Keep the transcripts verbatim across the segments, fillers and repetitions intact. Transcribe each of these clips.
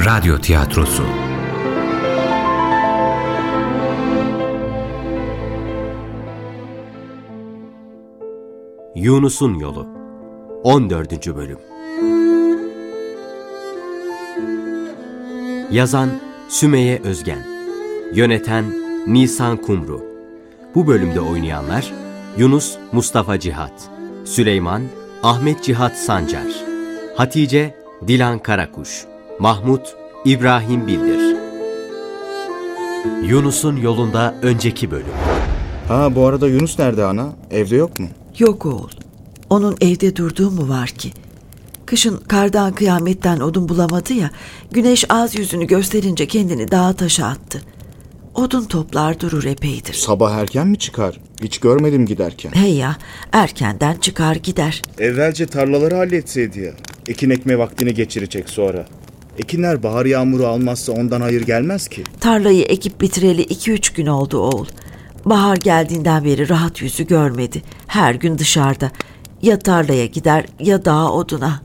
Radyo tiyatrosu. Yunus'un Yolu on dördüncü bölüm. Yazan Sümeyye Özgen, yöneten Nisan Kumru. Bu bölümde oynayanlar Yunus Mustafa Cihat, Süleyman Ahmet Cihat Sancar, Hatice Dilan Karakuş, Mahmut İbrahim Bildir. Yunus'un Yolunda önceki bölüm. Ha, bu arada Yunus nerede ana? Evde yok mu? Yok oğul. Onun evde durduğu mu var ki? Kışın kardan kıyametten odun bulamadı ya, güneş az yüzünü gösterince kendini dağa taşa attı. Odun toplar durur epeydir. Sabah erken mi çıkar? Hiç görmedim giderken. Hey ya, erkenden çıkar gider. Evvelce tarlaları halletseydi ya. Ekin ekme vaktini geçirecek sonra. Ekinler bahar yağmuru almazsa ondan hayır gelmez ki. Tarlayı ekip bitireli iki üç gün oldu oğul. Bahar geldiğinden beri rahat yüzü görmedi. Her gün dışarıda. Ya tarlaya gider ya dağa oduna.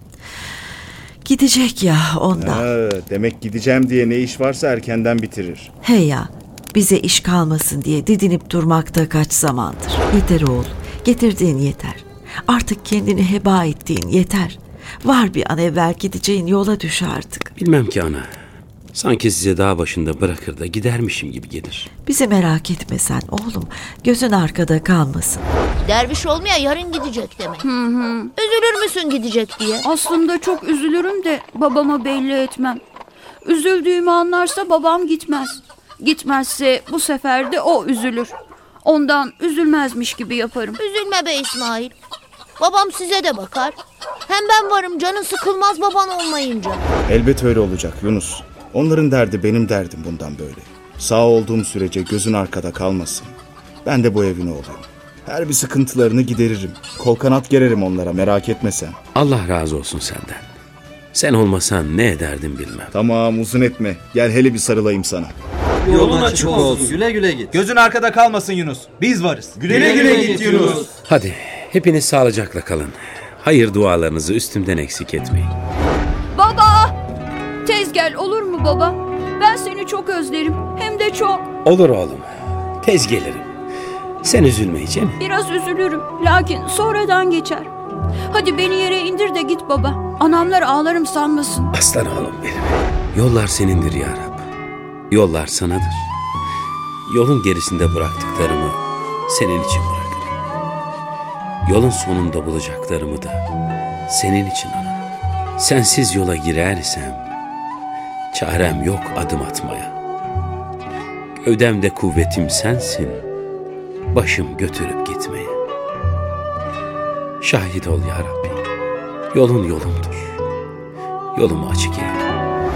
Gidecek ya ondan. Ha, demek gideceğim diye ne iş varsa erkenden bitirir. Hey ya, bize iş kalmasın diye didinip durmakta kaç zamandır. Yeter oğul, getirdiğin yeter. Artık kendini heba ettiğin yeter. Var bir an evvel gideceğin yola düş artık. Bilmem ki ana. Sanki size dağ başında bırakır da gidermişim gibi gelir. Bizi merak etme sen oğlum. Gözün arkada kalmasın. Derviş olmaya yarın gidecek demek. Hı hı. Üzülür müsün gidecek diye? Aslında çok üzülürüm de babama belli etmem. Üzüldüğümü anlarsa babam gitmez. Gitmezse bu sefer de o üzülür. Ondan üzülmezmiş gibi yaparım. Üzülme be İsmail. Babam size de bakar. Hem ben varım, canın sıkılmaz baban olmayınca. Elbet öyle olacak Yunus. Onların derdi benim derdim bundan böyle. Sağ olduğum sürece gözün arkada kalmasın. Ben de bu evin oğluyum. Her bir sıkıntılarını gideririm. Kol kanat gererim onlara, merak etme sen. Allah razı olsun senden. Sen olmasan ne ederdim bilmem. Tamam, uzun etme. Gel hele bir sarılayım sana. Yolun açık olsun. Güle güle git. Gözün arkada kalmasın Yunus. Biz varız. Güle güle, güle, güle git Yunus. Yunus. Hadi hepiniz sağlıcakla kalın. Hayır dualarınızı üstümden eksik etmeyin. Baba! Tez gel olur mu baba? Ben seni çok özlerim. Hem de çok. Olur oğlum. Tez gelirim. Sen üzülmeyeceksin. Biraz üzülürüm. Lakin sonradan geçer. Hadi beni yere indir de git baba. Anamlar ağlarım sanmasın. Aslan oğlum benim. Yollar senindir ya Rab. Yollar sanadır. Yolun gerisinde bıraktıklarımı senin için bırakırım. Yolun sonunda bulacaklarımı da senin için ararım. Sensiz yola girer isem çarem yok adım atmaya. Gövdemde kuvvetim sensin, başım götürüp gitmeye. Şahit ol ya Rabbi, yolun yolumdur. Yolumu açık eyle.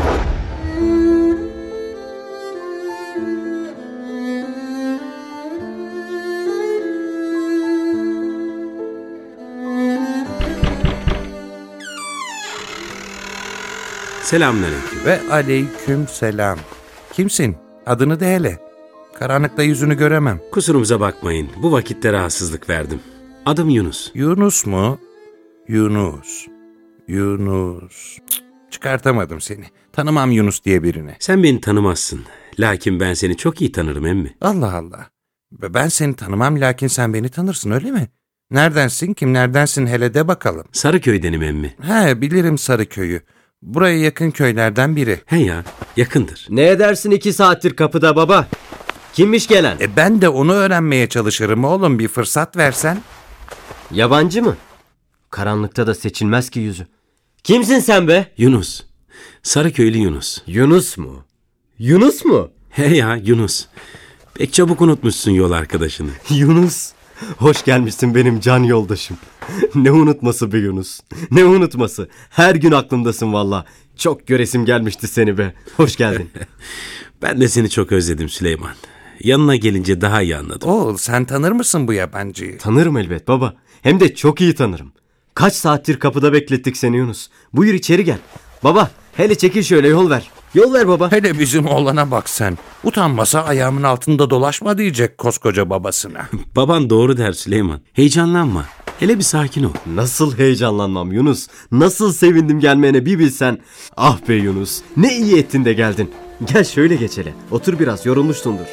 Selamünaleyküm. Ve aleyküm selam. Kimsin? Adını de hele. Karanlıkta yüzünü göremem. Kusurumuza bakmayın. Bu vakitte rahatsızlık verdim. Adım Yunus. Yunus mu? Yunus. Yunus. Cık, çıkartamadım seni. Tanımam Yunus diye birini. Sen beni tanımazsın. Lakin ben seni çok iyi tanırım emmi. Allah Allah. Ben seni tanımam lakin sen beni tanırsın öyle mi? Neredensin, kimlerdensin hele de bakalım. Sarıköy'denim emmi. He, bilirim Sarıköy'ü. Buraya yakın köylerden biri. He ya, yakındır. Ne edersin iki saattir kapıda baba? Kimmiş gelen? E ben de onu öğrenmeye çalışırım oğlum, bir fırsat versen. Yabancı mı? Karanlıkta da seçilmez ki yüzü. Kimsin sen be? Yunus. Sarıköylü Yunus. Yunus mu? Yunus mu? He ya, Yunus. Pek çabuk unutmuşsun yol arkadaşını. Yunus. Hoş gelmişsin benim can yoldaşım. Ne unutması be Yunus. Ne unutması. Her gün aklımdasın valla. Çok göresim gelmişti seni be. Hoş geldin. Ben de seni çok özledim Süleyman. Yanına gelince daha iyi anladım. Oğul, sen tanır mısın bu yabancıyı? Tanırım elbet baba. Hem de çok iyi tanırım. Kaç saattir kapıda beklettik seni Yunus. Buyur içeri gel. Baba hele çekil şöyle, yol ver. Yol ver baba. Hele bizim oğlana bak sen. Utanmasa ayağımın altında dolaşma diyecek koskoca babasına. Baban doğru der Süleyman. Heyecanlanma. Hele bir sakin ol. Nasıl heyecanlanmam Yunus. Nasıl sevindim gelmene bir bilsen. Ah be Yunus. Ne iyi ettin de geldin. Gel şöyle geç hele. Otur biraz, yorulmuşsundur.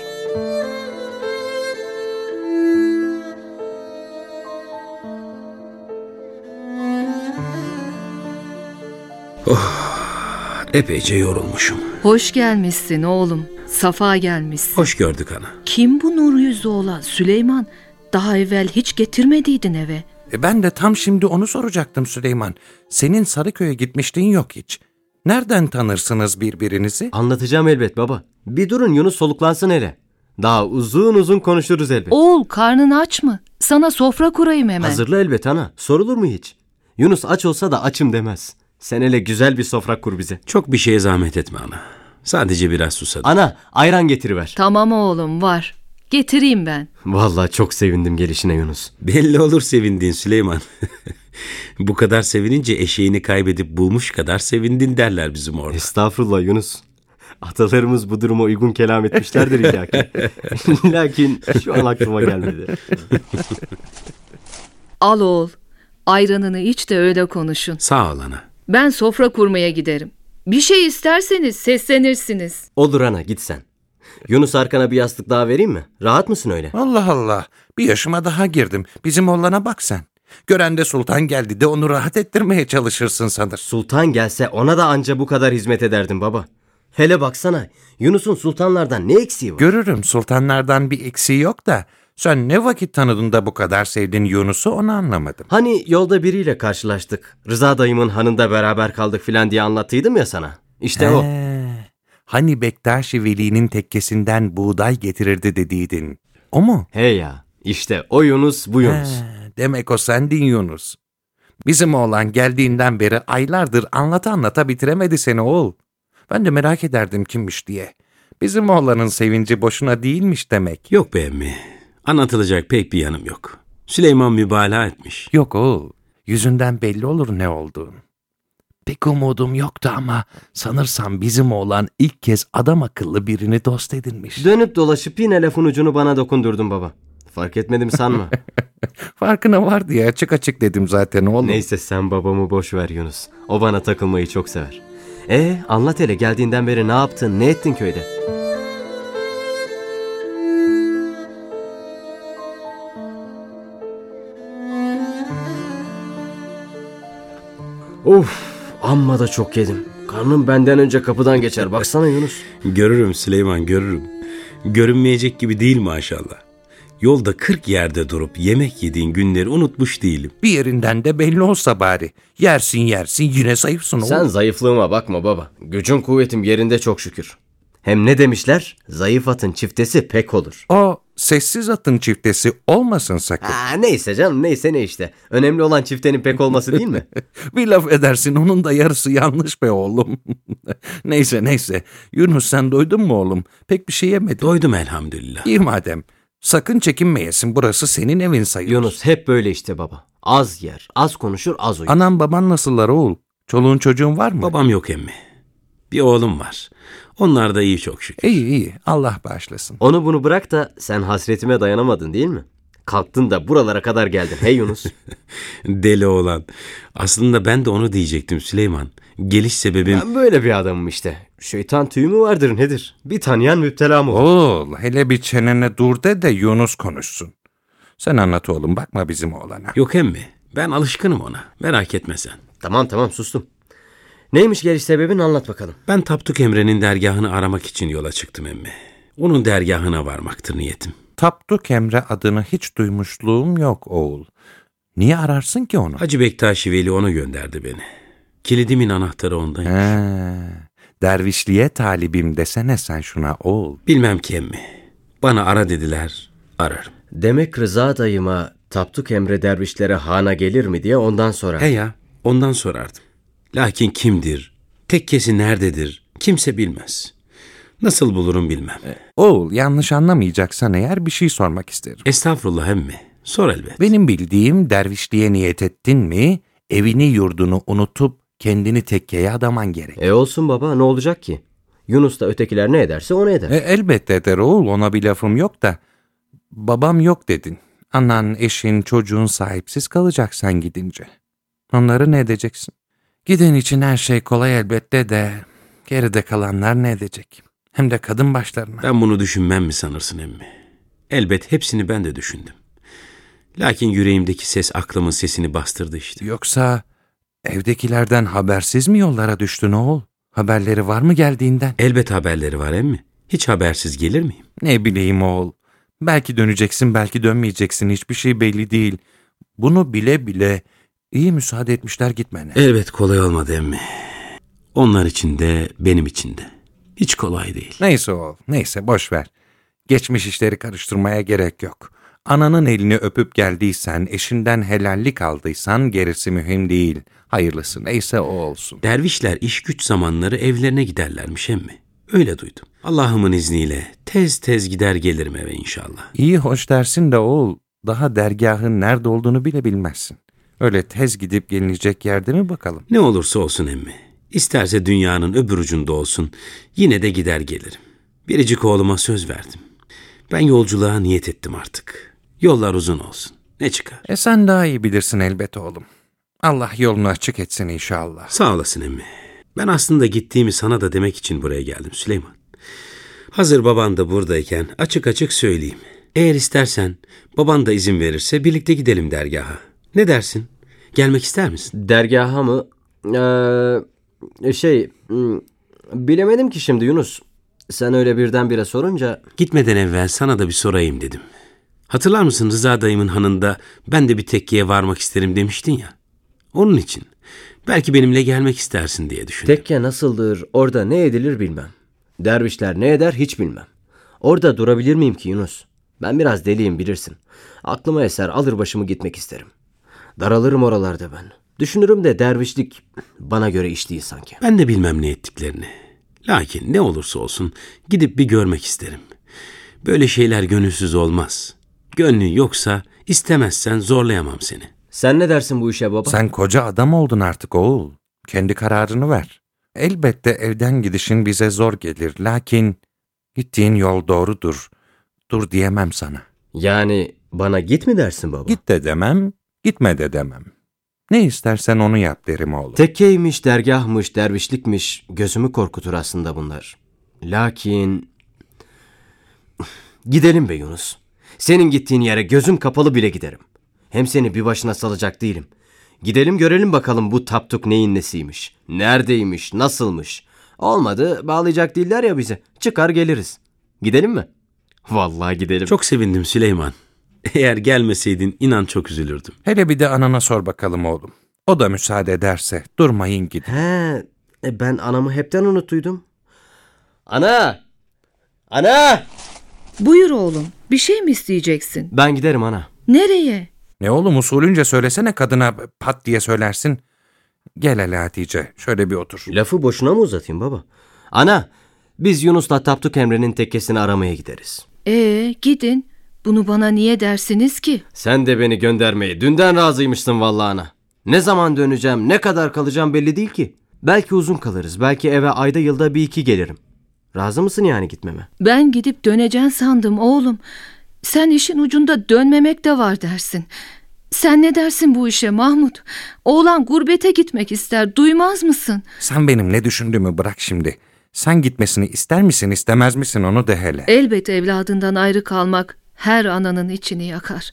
Epeyce yorulmuşum. Hoş gelmişsin oğlum. Safa gelmişsin. Hoş gördük ana. Kim bu nur yüzlü olan Süleyman? Daha evvel hiç getirmediydin eve. E ben de tam şimdi onu soracaktım Süleyman. Senin Sarıköy'e gitmişliğin yok hiç. Nereden tanırsınız birbirinizi? Anlatacağım elbet baba. Bir durun Yunus soluklansın hele. Daha uzun uzun konuşuruz elbet. Oğul, karnın aç mı? Sana sofra kurayım hemen. Hazırla elbet ana. Sorulur mu hiç? Yunus aç olsa da açım demez. Sen hele güzel bir sofra kur bize. Çok bir şeye zahmet etme ana. Sadece biraz susadım. Ana ayran getiriver. Tamam oğlum, var. Getireyim ben. Vallahi çok sevindim gelişine Yunus. Belli olur sevindiğin Süleyman. Bu kadar sevinince eşeğini kaybedip bulmuş kadar sevindin derler bizim orada. Estağfurullah Yunus. Atalarımız bu duruma uygun kelam etmişlerdir illaki. Lakin şu an aklıma gelmedi. Al oğul. Ayranını iç de öyle konuşun. Sağ ol ana. Ben sofra kurmaya giderim. Bir şey isterseniz seslenirsiniz. Olur ana git sen. Yunus arkana bir yastık daha vereyim mi? Rahat mısın öyle? Allah Allah. Bir yaşıma daha girdim. Bizim oğlana bak sen. Gören de sultan geldi de onu rahat ettirmeye çalışırsın sanır. Sultan gelse ona da anca bu kadar hizmet ederdim baba. Hele baksana Yunus'un sultanlardan ne eksiği var? Görürüm sultanlardan bir eksiği yok da sen ne vakit tanıdın da bu kadar sevdin Yunus'u onu anlamadım. Hani yolda biriyle karşılaştık. Rıza dayımın hanında beraber kaldık filan diye anlattıydım ya sana. İşte o. He, hani Bektaş-ı Veli'nin tekkesinden buğday getirirdi dediydin. O mu? He ya işte o Yunus bu Yunus. He, demek o sendin Yunus. Bizim oğlan geldiğinden beri aylardır anlata anlata bitiremedi seni oğul. Ben de merak ederdim kimmiş diye. Bizim oğlanın sevinci boşuna değilmiş demek. Yok be emmi. Anlatılacak pek bir yanım yok. Süleyman mübalağa etmiş. Yok oğul. Yüzünden belli olur ne olduğun. Pek umudum yoktu ama sanırsam bizim oğlan ilk kez adam akıllı birini dost edinmiş. Dönüp dolaşıp yine lafın ucunu bana dokundurdun baba. Fark etmedim sanma. Farkına var diye açık açık dedim zaten oğlum. Neyse sen babamı boş ver Yunus. O bana takılmayı çok sever. E anlat hele geldiğinden beri ne yaptın, ne ettin köyde? Of, amma da çok yedim. Karnım benden önce kapıdan geçer. Baksana Yunus. Görürüm Süleyman, görürüm. Görünmeyecek gibi değil maşallah. Yolda kırk yerde durup yemek yediğin günleri unutmuş değilim. Bir yerinden de belli olsa bari. Yersin yersin yine zayıfsın oğlum. Sen zayıflığıma bakma baba. Gücüm kuvvetim yerinde çok şükür. Hem ne demişler? Zayıf atın çiftesi pek olur. O sessiz atın çiftesi olmasın sakın. Ha, neyse canım neyse ne işte. Önemli olan çiftenin pek olması değil mi? Bir laf edersin onun da yarısı yanlış be oğlum. Neyse neyse. Yunus sen doydun mu oğlum? Pek bir şey yemedin. Doydum elhamdülillah. İyi madem. Sakın çekinmeyesin burası senin evin sayılır. Yunus hep böyle işte baba. Az yer, az konuşur, az uyur. Anam baban nasıllar oğul? Çoluğun çocuğun var mı? Babam yok emmi. Bir oğlum var. Onlar da iyi çok şükür. İyi iyi Allah bağışlasın. Onu bunu bırak da sen hasretime dayanamadın değil mi? Kalktın da buralara kadar geldin hey Yunus. Deli oğlan. Aslında ben de onu diyecektim Süleyman. Geliş sebebim... Ben böyle bir adamım işte. Şeytan tüyü mü vardır nedir? Bir tanıyan müptela mı? Oğul hele bir çenene dur de de Yunus konuşsun. Sen anlat oğlum bakma bizim oğlana. Yok emmi. Ben alışkınım ona. Merak etme sen. Tamam tamam sustum. Neymiş geliş sebebin anlat bakalım. Ben Tapduk Emre'nin dergahını aramak için yola çıktım emmi. Onun dergahına varmaktır niyetim. Tapduk Emre adını hiç duymuşluğum yok oğul. Niye ararsın ki onu? Hacı Bektaş-ı Veli onu gönderdi beni. Kilidimin anahtarı ondaymış. He, dervişliğe talibim desene sen şuna oğul. Bilmem ki emmi. Bana ara dediler, ararım. Demek Rıza dayıma Tapduk Emre dervişlere hana gelir mi diye ondan sonra. He ya, ondan sorardım. Lakin kimdir, tekkesi nerededir kimse bilmez. Nasıl bulurum bilmem. Oğul yanlış anlamayacaksan eğer bir şey sormak isterim. Estağfurullah emmi, sor elbet. Benim bildiğim dervişliğe niyet ettin mi evini yurdunu unutup kendini tekkeye adaman gerek. E olsun baba ne olacak ki? Yunus da ötekiler ne ederse onu eder. E, elbette eder oğul ona bir lafım yok da. Babam yok dedin. Anan, eşin, çocuğun sahipsiz kalacak sen gidince. Onları ne edeceksin? Giden için her şey kolay elbette de geride kalanlar ne edecek? Hem de kadın başlarına. Ben bunu düşünmem mi sanırsın emmi? Elbet hepsini ben de düşündüm. Lakin yüreğimdeki ses aklımın sesini bastırdı işte. Yoksa evdekilerden habersiz mi yollara düştün oğul? Haberleri var mı geldiğinden? Elbet haberleri var emmi. Hiç habersiz gelir miyim? Ne bileyim oğul. Belki döneceksin, belki dönmeyeceksin. Hiçbir şey belli değil. Bunu bile bile iyi müsaade etmişler gitmene. Elbet kolay olmadı emmi. Onlar için de benim için de. Hiç kolay değil. Neyse oğul, neyse boş ver. Geçmiş işleri karıştırmaya gerek yok. Ananın elini öpüp geldiysen, eşinden helallik aldıysan gerisi mühim değil. Hayırlısı neyse o olsun. Dervişler iş güç zamanları evlerine giderlermiş emmi. Öyle duydum. Allah'ımın izniyle tez tez gider gelirim eve inşallah. İyi hoş dersin de oğul, daha dergahın nerede olduğunu bile bilmezsin. Öyle tez gidip gelinecek yerde mi bakalım? Ne olursa olsun emmi. İsterse dünyanın öbür ucunda olsun, yine de gider gelirim. Biricik oğluma söz verdim. Ben yolculuğa niyet ettim artık. Yollar uzun olsun. Ne çıkar? E sen daha iyi bilirsin elbet oğlum. Allah yolunu açık etsin inşallah. Sağ olasın emmi. Ben aslında gittiğimi sana da demek için buraya geldim Süleyman. Hazır baban da buradayken açık açık söyleyeyim. Eğer istersen, baban da izin verirse birlikte gidelim dergaha. Ne dersin? Gelmek ister misin? Dergaha mı? Ee, şey, hmm, bilemedim ki şimdi Yunus. Sen öyle birdenbire sorunca... Gitmeden evvel sana da bir sorayım dedim. Hatırlar mısın Rıza dayımın hanında ben de bir tekkiye varmak isterim demiştin ya. Onun için. Belki benimle gelmek istersin diye düşündüm. Tekke nasıldır, orada ne edilir bilmem. Dervişler ne eder hiç bilmem. Orada durabilir miyim ki Yunus? Ben biraz deliyim bilirsin. Aklıma eser alır başımı gitmek isterim. Daralırım oralarda ben. Düşünürüm de dervişlik bana göre iş değil sanki. Ben de bilmem ne ettiklerini. Lakin ne olursa olsun gidip bir görmek isterim. Böyle şeyler gönülsüz olmaz. Gönlün yoksa istemezsen zorlayamam seni. Sen ne dersin bu işe baba? Sen koca adam oldun artık oğul. Kendi kararını ver. Elbette evden gidişin bize zor gelir. Lakin gittiğin yol doğrudur. Dur diyemem sana. Yani bana git mi dersin baba? Git de demem, gitme de demem. Ne istersen onu yap derim oğlum. Tekkeymiş, dergahmış, dervişlikmiş. Gözümü korkutur aslında bunlar. Lakin... Gidelim be Yunus. Senin gittiğin yere gözüm kapalı bile giderim. Hem seni bir başına salacak değilim. Gidelim görelim bakalım bu taptuk neyin nesiymiş. Neredeymiş, nasılmış. Olmadı bağlayacak değiller ya bize. Çıkar geliriz. Gidelim mi? Vallahi gidelim. Çok sevindim Süleyman. Eğer gelmeseydin inan çok üzülürdüm. Hele bir de anana sor bakalım oğlum. O da müsaade ederse durmayın gidin. He, e ben anamı hepten unuttuydum. Ana! Ana! Buyur oğlum. Bir şey mi isteyeceksin? Ben giderim ana. Nereye? Ne oğlum usulünce söylesene kadına pat diye söylersin. Gel hele Hatice şöyle bir otur. Lafı boşuna mı uzatayım baba? Ana, biz Yunus'la Tapduk Emre'nin tekkesini aramaya gideriz. Ee, gidin. Bunu bana niye dersiniz ki? Sen de beni göndermeye dünden razıymışsın vallahi ana. Ne zaman döneceğim, ne kadar kalacağım belli değil ki. Belki uzun kalırız, belki eve ayda yılda bir iki gelirim. Razı mısın yani gitmeme? Ben gidip döneceksin sandım oğlum. Sen işin ucunda dönmemek de var dersin. Sen ne dersin bu işe Mahmut? Oğlan gurbete gitmek ister, duymaz mısın? Sen benim ne düşündüğümü bırak şimdi. Sen gitmesini ister misin istemez misin onu de hele. Elbet evladından ayrı kalmak her ananın içini yakar.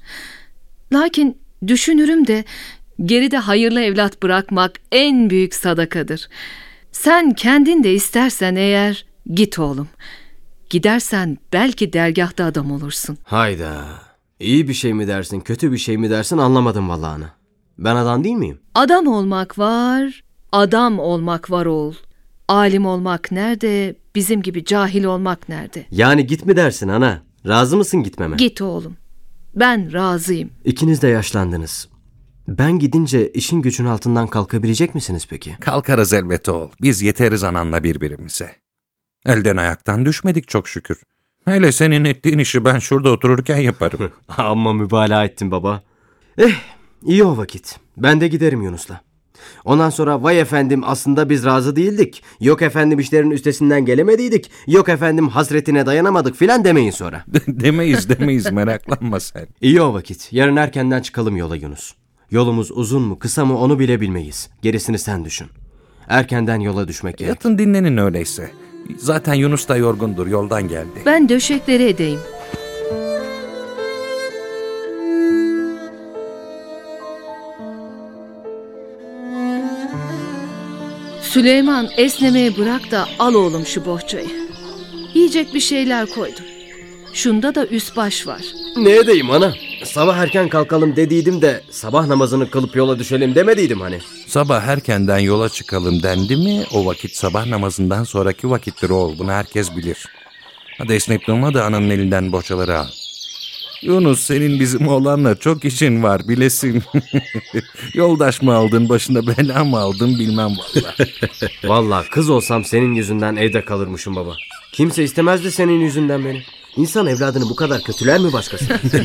Lakin düşünürüm de geride hayırlı evlat bırakmak en büyük sadakadır. Sen kendin de istersen eğer git oğlum. Gidersen belki dergahta adam olursun. Hayda. İyi bir şey mi dersin, kötü bir şey mi dersin anlamadım vallahi ana. Ben adam değil miyim? Adam olmak var, adam olmak var oğul. Alim olmak nerede, bizim gibi cahil olmak nerede? Yani git mi dersin ana? Razı mısın gitmeme? Git oğlum. Ben razıyım. İkiniz de yaşlandınız. Ben gidince işin gücün altından kalkabilecek misiniz peki? Kalkarız elbette oğul. Biz yeteriz ananla birbirimize. Elden ayaktan düşmedik çok şükür. Hele senin ettiğin işi ben şurada otururken yaparım. Amma mübalağa ettin baba. Eh, iyi o vakit. Ben de giderim Yunus'la. Ondan sonra vay efendim aslında biz razı değildik. Yok efendim işlerin üstesinden gelemediydik. Yok efendim hasretine dayanamadık filan demeyin sonra. Demeyiz demeyiz, meraklanma sen. İyi o vakit. Yarın erkenden çıkalım yola Yunus. Yolumuz uzun mu kısa mı onu bile bilmeyiz. Gerisini sen düşün. Erkenden yola düşmek gerek. Yatın dinlenin öyleyse. Zaten Yunus da yorgundur, yoldan geldi. Ben döşekleri edeyim. Süleyman, esnemeyi bırak da al oğlum şu bohçayı. Yiyecek bir şeyler koydum. Şunda da üst baş var. Ne edeyim ana? Sabah erken kalkalım dediydim de sabah namazını kılıp yola düşelim demediydim hani. Sabah erkenden yola çıkalım dendi mi o vakit sabah namazından sonraki vakittir oğul. Bunu herkes bilir. Hadi esneyip durma da ananın elinden bohçaları al. Yunus, senin bizim oğlanla çok işin var bilesin. Yoldaş mı aldın, başına bela mı aldın bilmem valla. Vallahi kız olsam senin yüzünden evde kalırmışım baba. Kimse istemezdi senin yüzünden beni. İnsan evladını bu kadar kötüler mi başkası?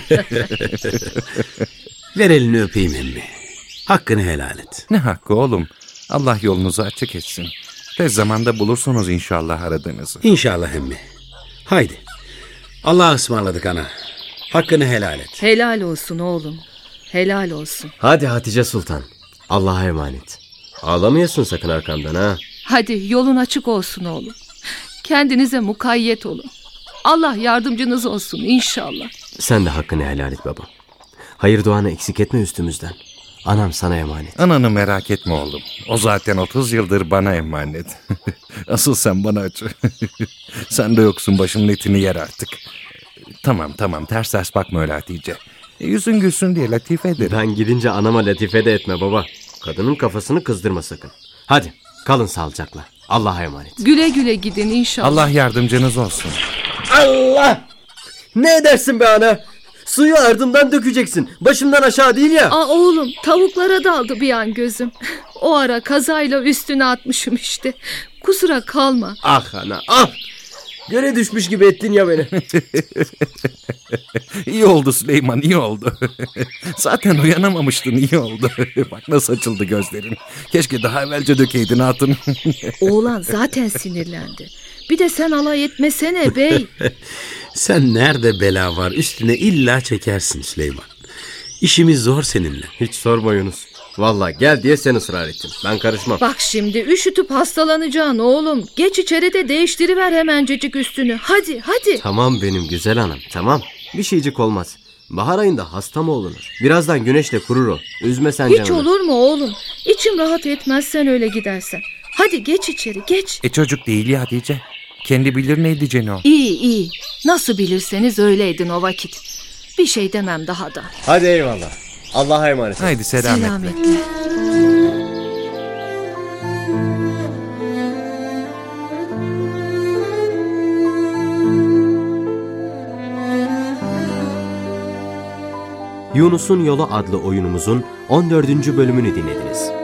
Ver elini öpeyim emmi. Hakkını helal et. Ne hakkı oğlum? Allah yolunuzu açık etsin. Tez zamanda bulursunuz inşallah aradığınızı. İnşallah emmi. Haydi. Allah'a ısmarladık ana. Hakkını helal et. Helal olsun oğlum. Helal olsun. Hadi Hatice Sultan. Allah'a emanet. Ağlamayasın sakın arkamdan ha. Hadi yolun açık olsun oğlum. Kendinize mukayyet olun. Allah yardımcınız olsun inşallah. Sen de hakkını helal et baba. Hayır duanı eksik etme üstümüzden. Anam sana emanet. Ananı merak etme oğlum. O zaten otuz yıldır bana emanet. Asıl sen bana acı. Sen de yoksun, başımın etini yer artık. Tamam tamam, ters ters bakma öyle Hatice. E, yüzün gülsün diye latife ederim. Ben gidince anama latife de etme baba. Kadının kafasını kızdırma sakın. Hadi kalın sağlıcakla. Allah'a emanet. Güle güle gidin inşallah. Allah yardımcınız olsun. Allah! Ne edersin be ana? Suyu ardımdan dökeceksin. Başımdan aşağı değil ya. Aa oğlum, tavuklara daldı bir an gözüm. O ara kazayla üstüne atmışım işte. Kusura kalma. Ah ana ah! Göle düşmüş gibi ettin ya beni. İyi oldu Süleyman, iyi oldu. Zaten uyanamamıştın, iyi oldu. Bak nasıl açıldı gözlerin. Keşke daha evvelce dökeydin hatun. Oğlan zaten sinirlendi. Bir de sen alay etmesene bey. Sen nerede bela var üstüne illa çekersin Süleyman. İşimiz zor seninle. Hiç sorma Yunus. Vallahi gel diye sen ısrar ettin. Ben karışmam. Bak şimdi üşütüp hastalanacaksın oğlum. Geç içeri de değiştiriver hemencecik üstünü. Hadi hadi. Tamam benim güzel anam tamam. Bir şeycik olmaz. Bahar ayında hasta mı olunur? Birazdan güneşle kurur o. Üzme sen canını. Hiç olur mu oğlum? İçim rahat etmez sen öyle gidersen. Hadi geç içeri geç. E çocuk değil ya Hatice. Kendi bilir ne diyeceğini o. İyi iyi. Nasıl bilirseniz öyle edin o vakit. Bir şey demem daha da. Hadi eyvallah. Allah'a emanet. Haydi selametle. Selametle. Yunus'un Yolu adlı oyunumuzun on dördüncü bölümünü dinlediniz.